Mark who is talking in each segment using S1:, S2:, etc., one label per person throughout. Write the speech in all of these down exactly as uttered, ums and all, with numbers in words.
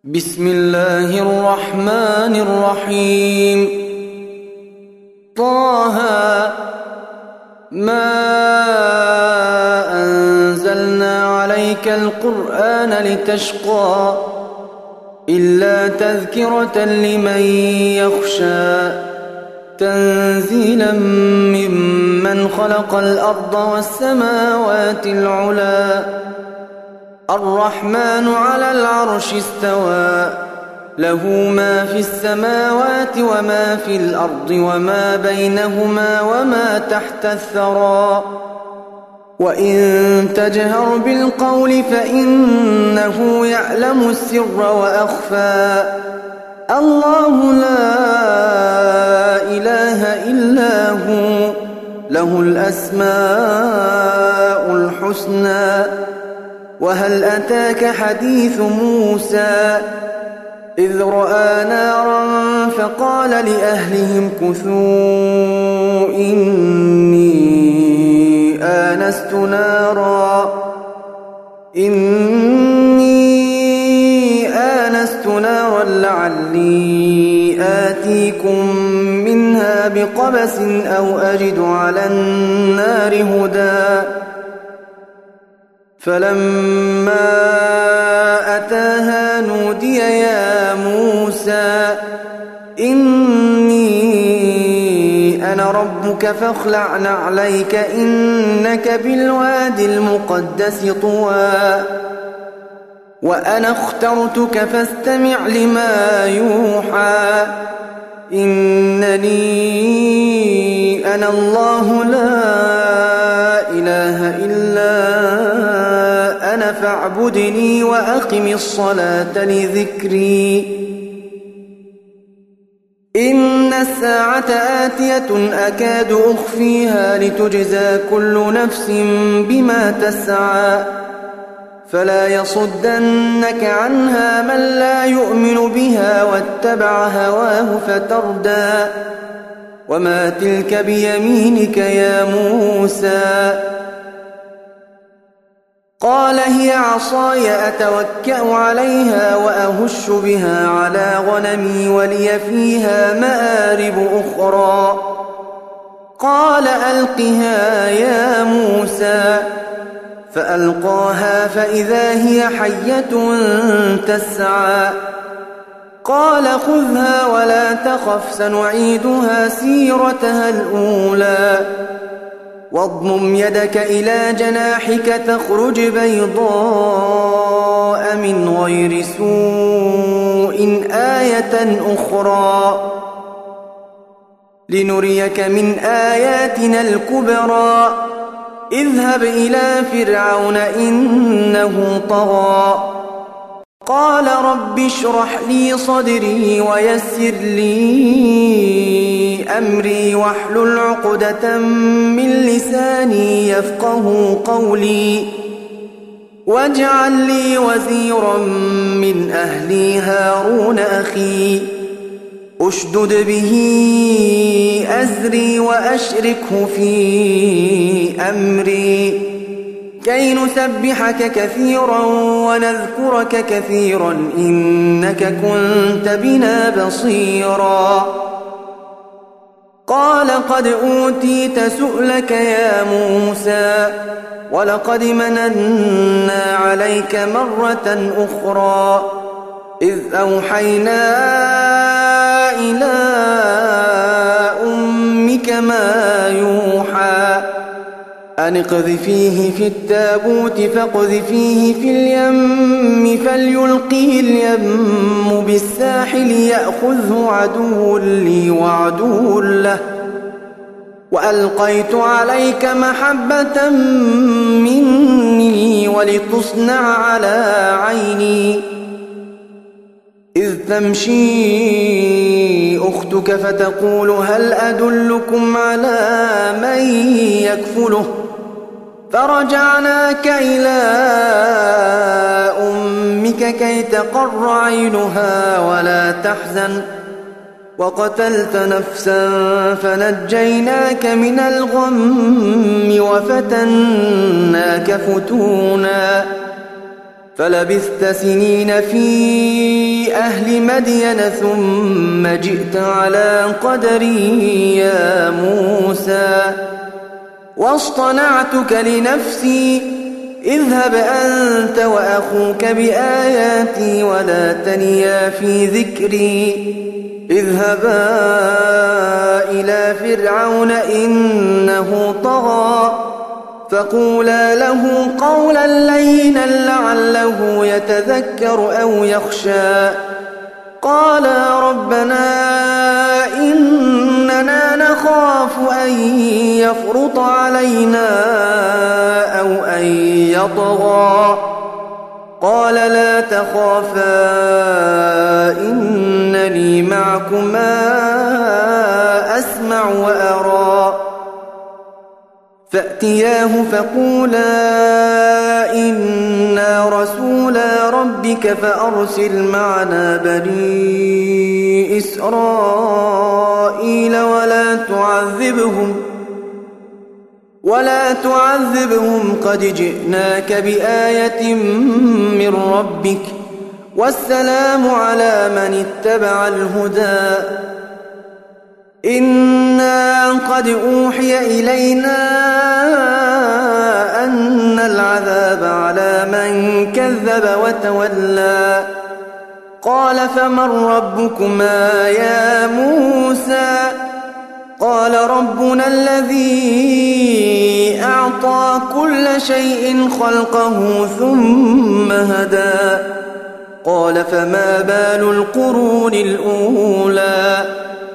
S1: بسم الله الرحمن الرحيم. طه ما أنزلنا عليك القرآن لتشقى إلا تذكرة لمن يخشى تنزيلا ممن خلق الأرض والسماوات العلى الرحمن على العرش استوى له ما في السماوات وما في الأرض وما بينهما وما تحت الثرى وإن تجهر بالقول فإنه يعلم السر وأخفى الله لا إله إلا هو له الأسماء الحسنى. وهل أتاك حديث موسى إذ رأى نارا فقال لأهلهم كثوا إني آنست نارا إني آنست نارا لعلي آتيكم منها بقبس أو أجد على النار هدى فلما أتاها نودي يا موسى إني أنا ربك فاخلع نعليك إنك بالواد المقدس طوى وأنا اخترتك فاستمع لما يوحى إنني أنا الله لا إله إلا أنا فاعبدني وأقم الصلاة لذكري إن الساعة آتية أكاد أخفيها لتجزى كل نفس بما تسعى فلا يصدنك عنها من لا يؤمن بها واتبع هواه فتردى وما تلك بيمينك يا موسى قال هي عصاي أتوكأ عليها وأهش بها على غنمي ولي فيها مآرب أخرى قال ألقها يا موسى فألقاها فإذا هي حية تسعى قال خذها ولا تخف سنعيدها سيرتها الأولى واضمم يدك إلى جناحك تخرج بيضاء من غير سوء آية أخرى لنريك من آياتنا الكبرى اذهب إلى فرعون إنه طغى قال رب اشرح لي صدري ويسر لي أمري واحلل عقدة من لساني يفقه قولي واجعل لي وزيرا من أهلي هارون أخي أشدد به أزري وأشركه في أمري كي نسبحك كثيرا ونذكرك كثيرا إنك كنت بنا بصيرا قال قد أوتيت سؤلك يا موسى ولقد مننا عليك مرة أخرى إذ أوحينا إلى أمك ما يوحى أن اقذفيه في التابوت فاقذفيه في اليم فليلقه اليم بالساحل يأخذه عدو لي وعدو له وألقيت عليك محبة مني ولتصنع على عيني إذ تمشي أختك فتقول هل أدلكم على من يكفله فرجعناك إلى أمك كي تقر عينها ولا تحزن وقتلت نفسا فنجيناك من الغم وفتناك فتونا فلبثت سنين في أهل مدين ثم جئت على قدري يا موسى واصطنعتك لنفسي اذهب أنت وأخوك بآياتي ولا تنيا في ذكري اذهبا إلى فرعون إنه طغى فقولا له قولا لينا لعله يتذكر أو يخشى قالا ربنا إننا نخاف أن يفرط علينا أو أن يطغى قال لا تخافا إنني معكما أسمع وأرى فأتياه فقولا إنا رسولا ربك فأرسل معنا بني إسرائيل ولا تعذبهم ولا تعذبهم قد جئناك بآية من ربك والسلام على من اتبع الهدى إنا قد أوحي إلينا أن العذاب على من كذب وتولى قال فمن ربكما يا موسى قال ربنا الذي أعطى كل شيء خلقه ثم هدى قال فما بال القرون الأولى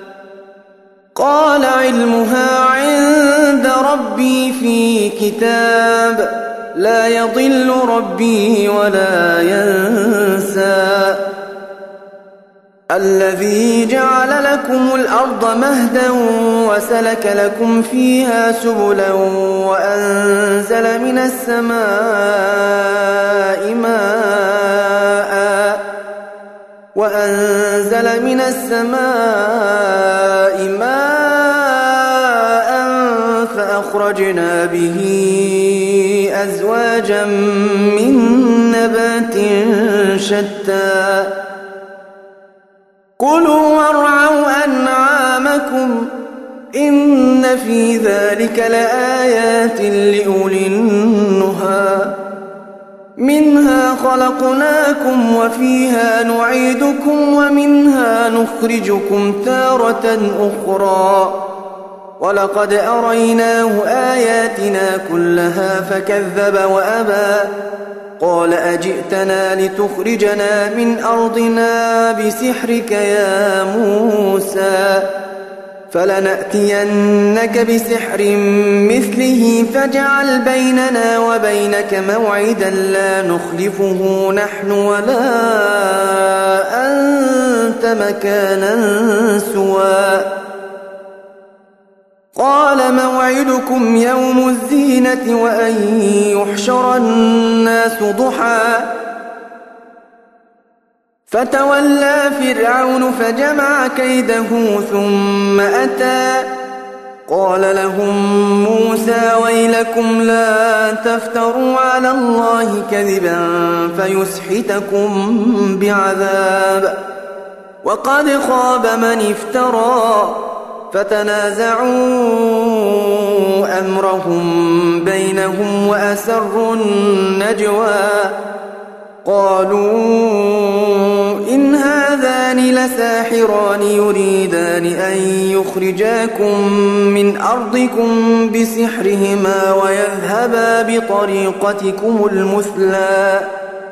S1: قال علمها عند ربي في كتاب لا يضل ربي ولا ينسى الذي جعل لكم الأرض مهدا وسلك لكم فيها سبلا وأنزل من السماء ماء وأنزل من السماء ماء فأخرجنا به أزواجا من نبات شتى كلوا وارعوا أنعامكم إن في ذلك لآيات لأولي النهى منها خلقناكم وفيها نعيدكم ومنها نخرجكم تارة أخرى ولقد أريناه آياتنا كلها فكذب وأبى قال أجئتنا لتخرجنا من أرضنا بسحرك يا موسى فلنأتينك بسحر مثله فاجعل بيننا وبينك موعدا لا نخلفه نحن ولا أنت مكانا سوى قال موعدكم يوم الزينة وأن يحشر الناس ضحى فتولى فرعون فجمع كيده ثم أتى قال لهم موسى ويلكم لا تفتروا على الله كذبا فيسحتكم بعذاب وقد خاب من افترى فتنازعوا أمرهم بينهم وأسروا النجوى قالوا إن هذان لساحران يريدان أن يخرجاكم من أرضكم بسحرهما ويذهبا بطريقتكم المثلى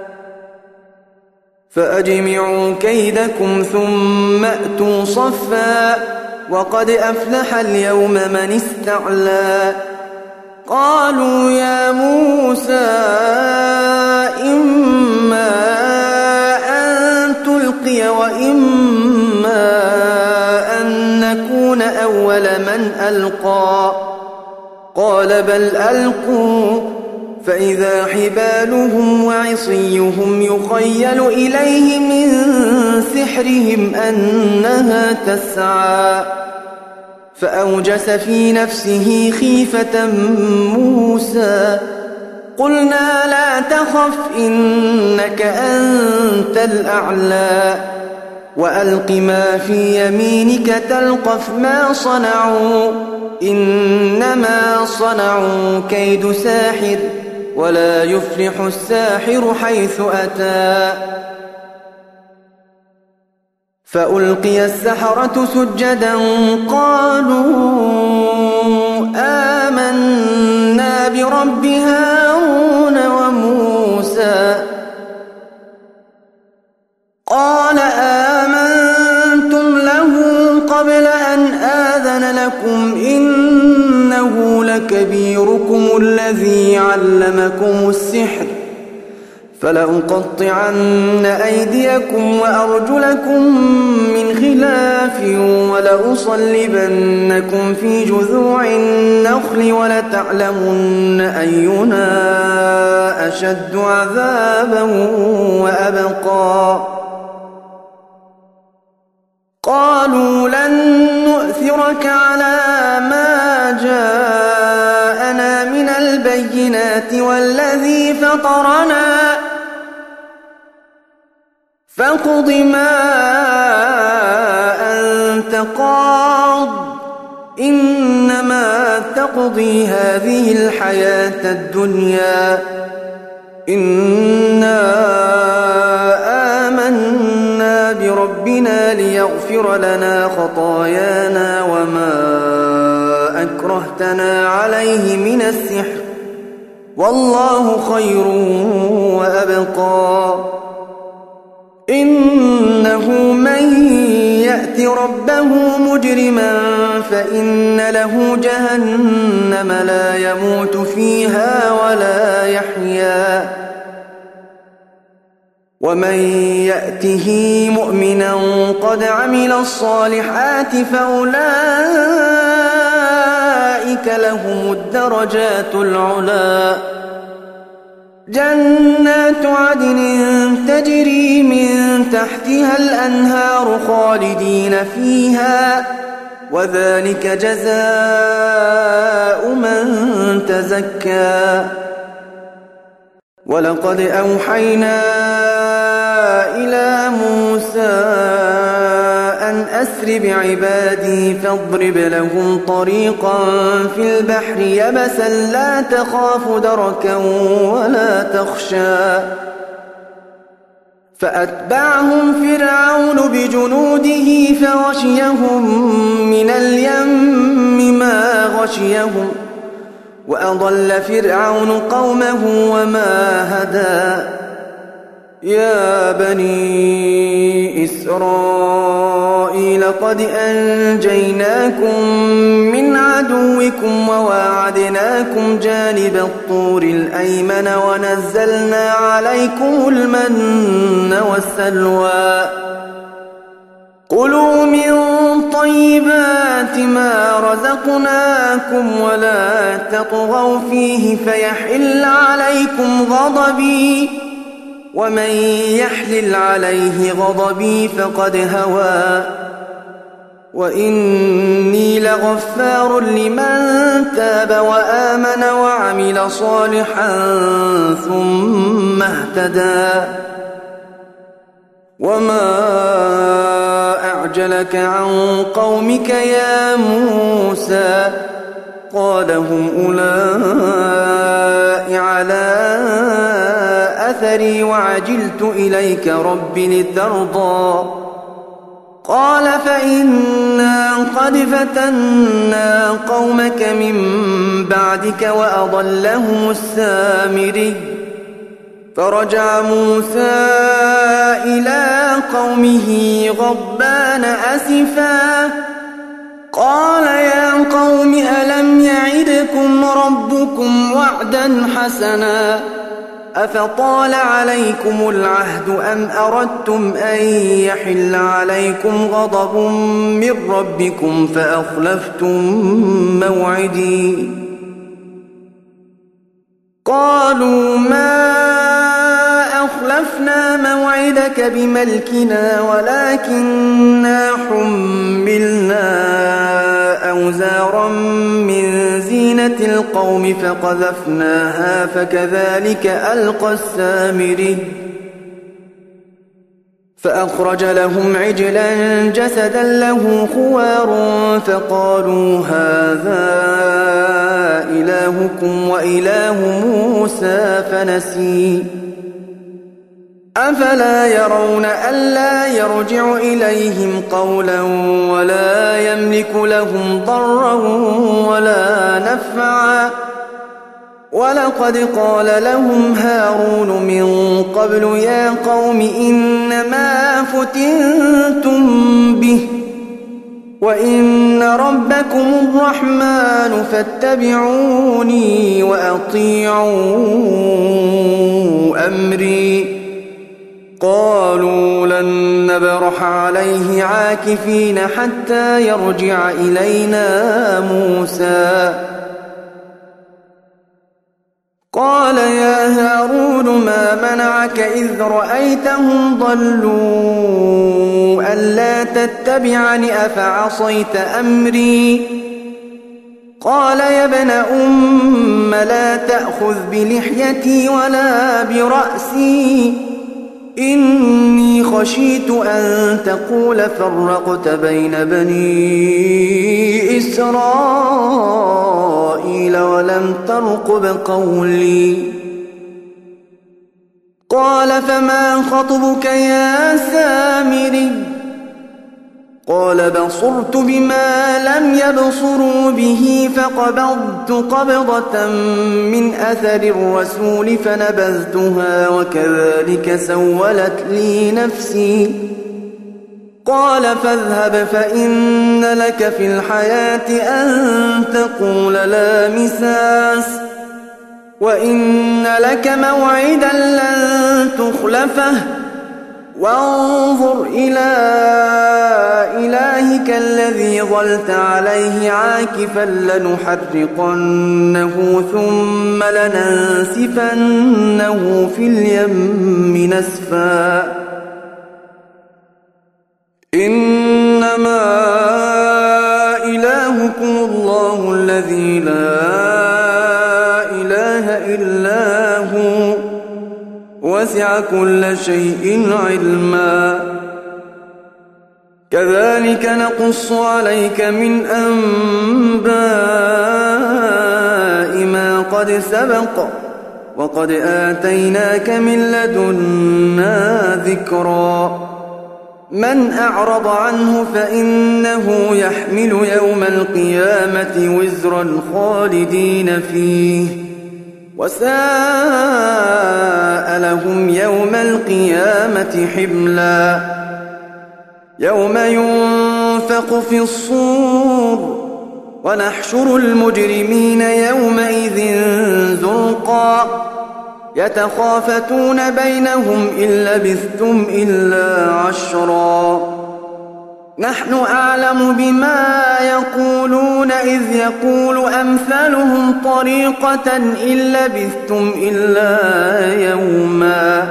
S1: فأجمعوا كيدكم ثم أتوا صفا وقد أفلح اليوم من استعلى قالوا يا موسى إما أن تلقي وإما أن نكون أول من ألقى قال بل ألقوا فإذا حبالهم وعصيهم يخيل إليه من سحرهم أنها تسعى فأوجس في نفسه خيفة موسى قلنا لا تخف إنك أنت الأعلى وألق ما في يمينك تلقف ما صنعوا إنما صنعوا كيد ساحر ولا يفلح الساحر حيث أتى. فألقي السحرة سجدا قالوا آمنا برب هارون وموسى. قال آمنتم له قبل أن آذن لكم إنه لكبيركم الذي علمكم السحر فلأقطعن أيديكم وأرجلكم من خلاف ولأصلبنكم في جذوع النخل ولتعلمن أينا أشد عذابا وأبقى. قالوا لن نؤثرك على ما جاءنا من البينات والذي فطرنا فاقض ما أنت قاض إنما تقضي هذه الحياة الدنيا إنا آمنا بربنا ليغفر لنا خطايانا وما أكرهتنا عليه من السحر والله خير وأبقى. إنه من يأت ربه مجرما فإن له جهنم لا يموت فيها ولا يحيا ومن يأته مؤمنا قد عمل الصالحات فأولئك لهم الدرجات العلى جنات عدن تجري من تحتها الأنهار خالدين فيها وذلك جزاء من تزكى. ولقد أوحينا إلى موسى أن أسر بعبادي فاضرب لهم طريقا في البحر يبسا لا تخاف دركا ولا تخشى. فأتبعهم فرعون بجنوده فغشيهم من اليم ما غشيهم وأضل فرعون قومه وما هدى. يا بني إسرائيل قد أنجيناكم من عدوكم وواعدناكم جانب الطور الأيمن ونزلنا عليكم المن والسلوى كلوا من طيبات ما رزقناكم ولا تطغوا فيه فيحل عليكم غضبي ومن يحلل عليه غضبي فقد هوى وإني لغفار لمن تاب وآمن وعمل صالحا ثم اهتدى. وما أعجلك عن قومك يا موسى قال هم أولئك على أثري وعجلت إليك رب لترضى. قال فإنا قد فتنا قومك من بعدك وأضلهم السامري. فرجع موسى إلى قومه غضبان أسفا قال يا قوم ألم يعدكم ربكم وعدا حسنا أفطال عليكم العهد أم أردتم أن يحل عليكم غضب من ربكم فأخلفتم موعدي. قالوا ما أخلفنا موعدك بملكنا ولكننا حملنا أوزارا من زينة القوم فقذفناها فكذلك ألقى السامري فأخرج لهم عجلا جسدا له خوار فقالوا هذا إلهكم وإله موسى فنسي أفلا يرون ألا يرجع إليهم قولا ولا يملك لهم ضرا ولا نفعا ولقد قال لهم هارون من قبل يا قوم إنما فتنتم به وإن ربكم الرحمن فاتبعوني وأطيعوا أمري قالوا لن نبرح عليه عاكفين حتى يرجع إلينا موسى قال يا هارون ما منعك إذ رأيتهم ضلوا ألا تتبعني أفعصيت أمري قال يا ابن أم لا تأخذ بلحيتي ولا برأسي إني خشيت أن تقول فرقت بين بني إسرائيل ولم ترقب قولي قال فما خطبك يا سامري قال بصرت بما لم يبصروا به فقبضت قبضة من أثر الرسول فنبذتها وكذلك سولت لي نفسي قال فاذهب فإن لك في الحياة أن تقول لا مساس وإن لك موعدا لن تخلفه وانظر إلى إلهك الذي ظلت عليه عاكفا لنحرقنه ثم لننسفنه في اليم نسفا إنما إلهكم الله الذي لا إله إلا هو وسع كل شيء علما كذلك نقص عليك من أنباء ما قد سبق وقد آتيناك من لدنا ذكرا من أعرض عنه فإنه يحمل يوم القيامة وزرا خالدين فيه وساء لهم يوم القيامة حملا يوم ينفق في الصور ونحشر المجرمين يومئذ زرقا يتخافتون بينهم إن لبثتم إلا عشرا نحن أعلم بما يقولون إذ يقول أمثالهم طريقة إن لبثتم إلا يوما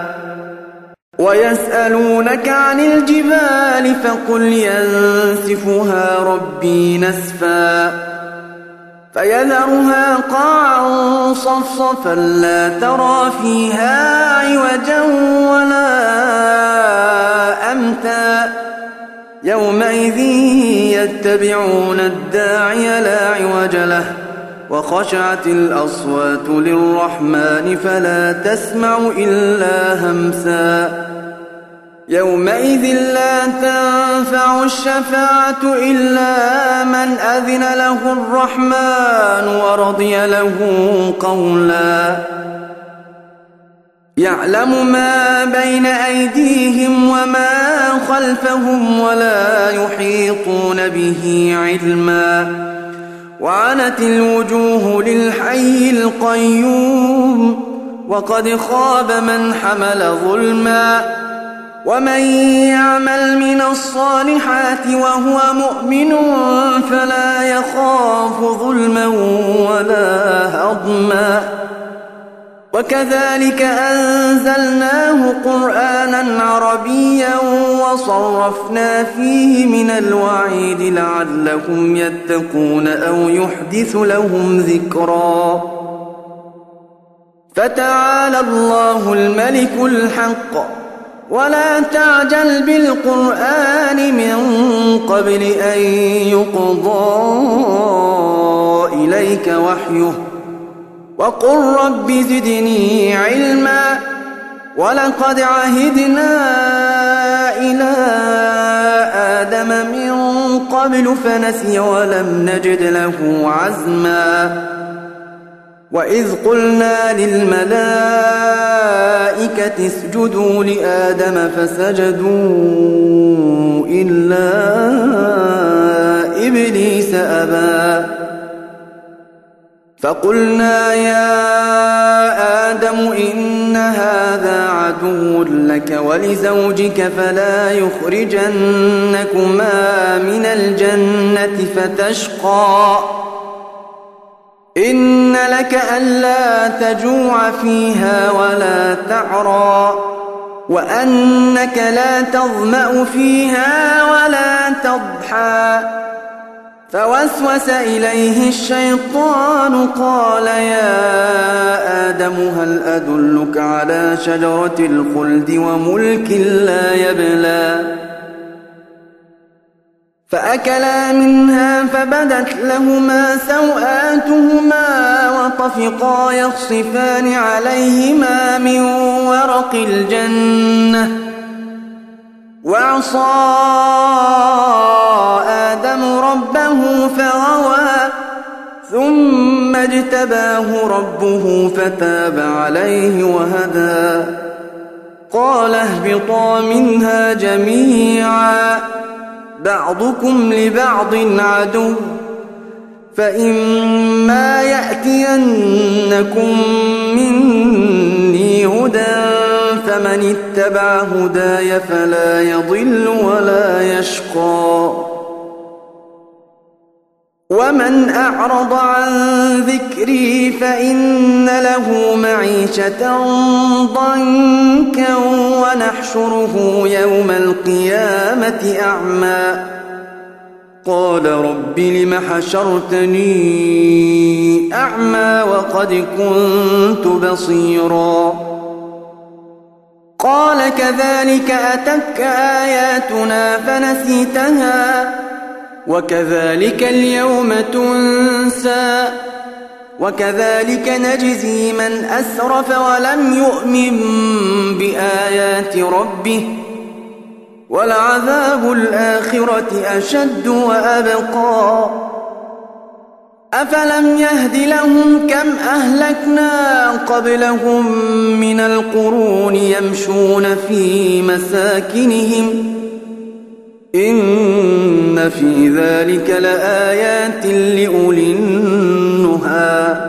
S1: ويسألونك عن الجبال فقل ينسفها ربي نسفا فيذرها قاعا صفصفا لا ترى فيها عوجا ولا أمتا يومئذ يتبعون الداعي لا عوج له وخشعت الأصوات للرحمن فلا تسمع إلا همسا يومئذ لا تنفع الشفاعة إلا من أذن له الرحمن ورضي له قولا يعلم ما بين أيديهم وما خلفهم ولا يحيطون به علما وعنت الوجوه للحي القيوم وقد خاب من حمل ظلما ومن يعمل من الصالحات وهو مؤمن فلا يخاف ظلما ولا هضما وكذلك أنزلناه قرآنا عربيا وصرفنا فيه من الوعيد لعلهم يتقون أو يحدث لهم ذكرا فتعالى الله الملك الحق ولا تعجل بالقرآن من قبل أن يقضى إليك وحيه وقل رب زدني علما ولقد عهدنا إلى آدم من قبل فنسي ولم نجد له عزما وإذ قلنا للملائكة اسجدوا لآدم فسجدوا إلا إبليس أبى فقلنا يا آدم إن هذا عدو لك ولزوجك فلا يخرجنكما من الجنة فتشقى إن لك ألا تجوع فيها ولا تعرى وأنك لا تظمأ فيها ولا تضحى فوسوس إليه الشيطان قال يا آدم هل أدلك على شجرة الخلد وملك لا يبلى فأكلا منها فبدت لهما سوآتهما وطفقا يخصفان عليهما من ورق الجنة وعصى آدم ربه فغوى ثم اجتباه ربه فتاب عليه وهدى قال اهبطا منها جميعا بعضكم لبعض عدو فإما يأتينكم مني هدى فمن اتبع هداي فلا يضل ولا يشقى ومن أعرض عن ذكري فإن له معيشة ضنكا ونحشره يوم القيامة أعمى قال رب لم حشرتني أعمى وقد كنت بصيرا قال كذلك أتتك آياتنا فنسيتها وكذلك اليوم تنسى وكذلك نجزي من أسرف ولم يؤمن بآيات ربه ولعذاب الآخرة أشد وأبقى أفلم يهد لهم كم أهلكنا قبلهم من القرون يمشون في مساكنهم إن في ذلك لآيات لأولي النهى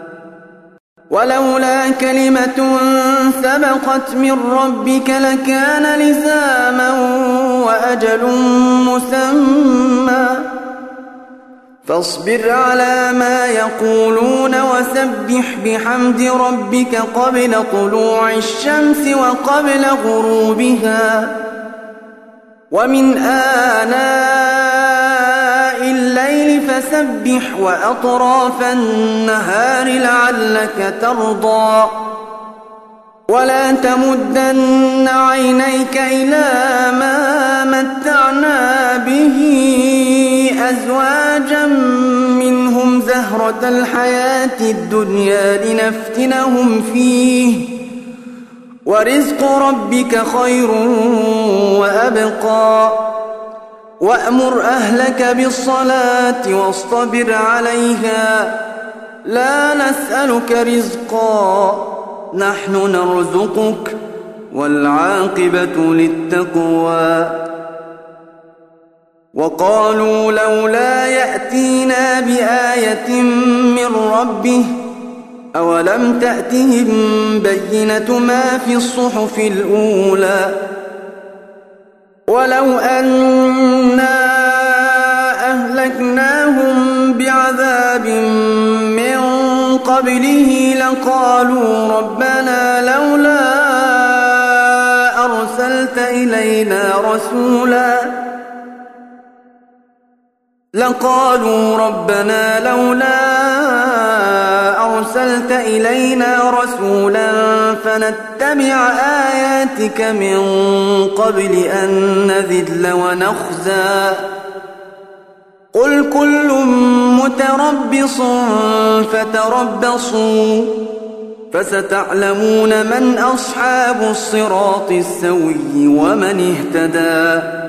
S1: ولولا كلمة سبقت من ربك لكان لزاما وأجل مسمى فاصبر على ما يقولون وسبح بحمد ربك قبل طلوع الشمس وقبل غروبها ومن آناء الليل فسبح وأطراف النهار لعلك ترضى ولا تمدن عينيك إلى ما متعنا به أزواجا منهم زهرة الحياة الدنيا لنفتنهم فيه ورزق ربك خير وأبقى وأمر أهلك بالصلاة واصطبر عليها لا نسألك رزقا نحن نرزقك والعاقبة للتقوى وقالوا لولا يأتينا بآية من ربه أولم تأتهم بينة ما في الصحف الأولى ولو أنا أهلكناهم بعذاب من قبله لقالوا ربنا لولا أرسلت إلينا رسولا لقالوا ربنا لولا أرسلت إلينا رسولا فنتبع آياتك من قبل أن نذل ونخزى قل كل متربص فتربصوا فستعلمون من أصحاب الصراط السوي ومن اهتدى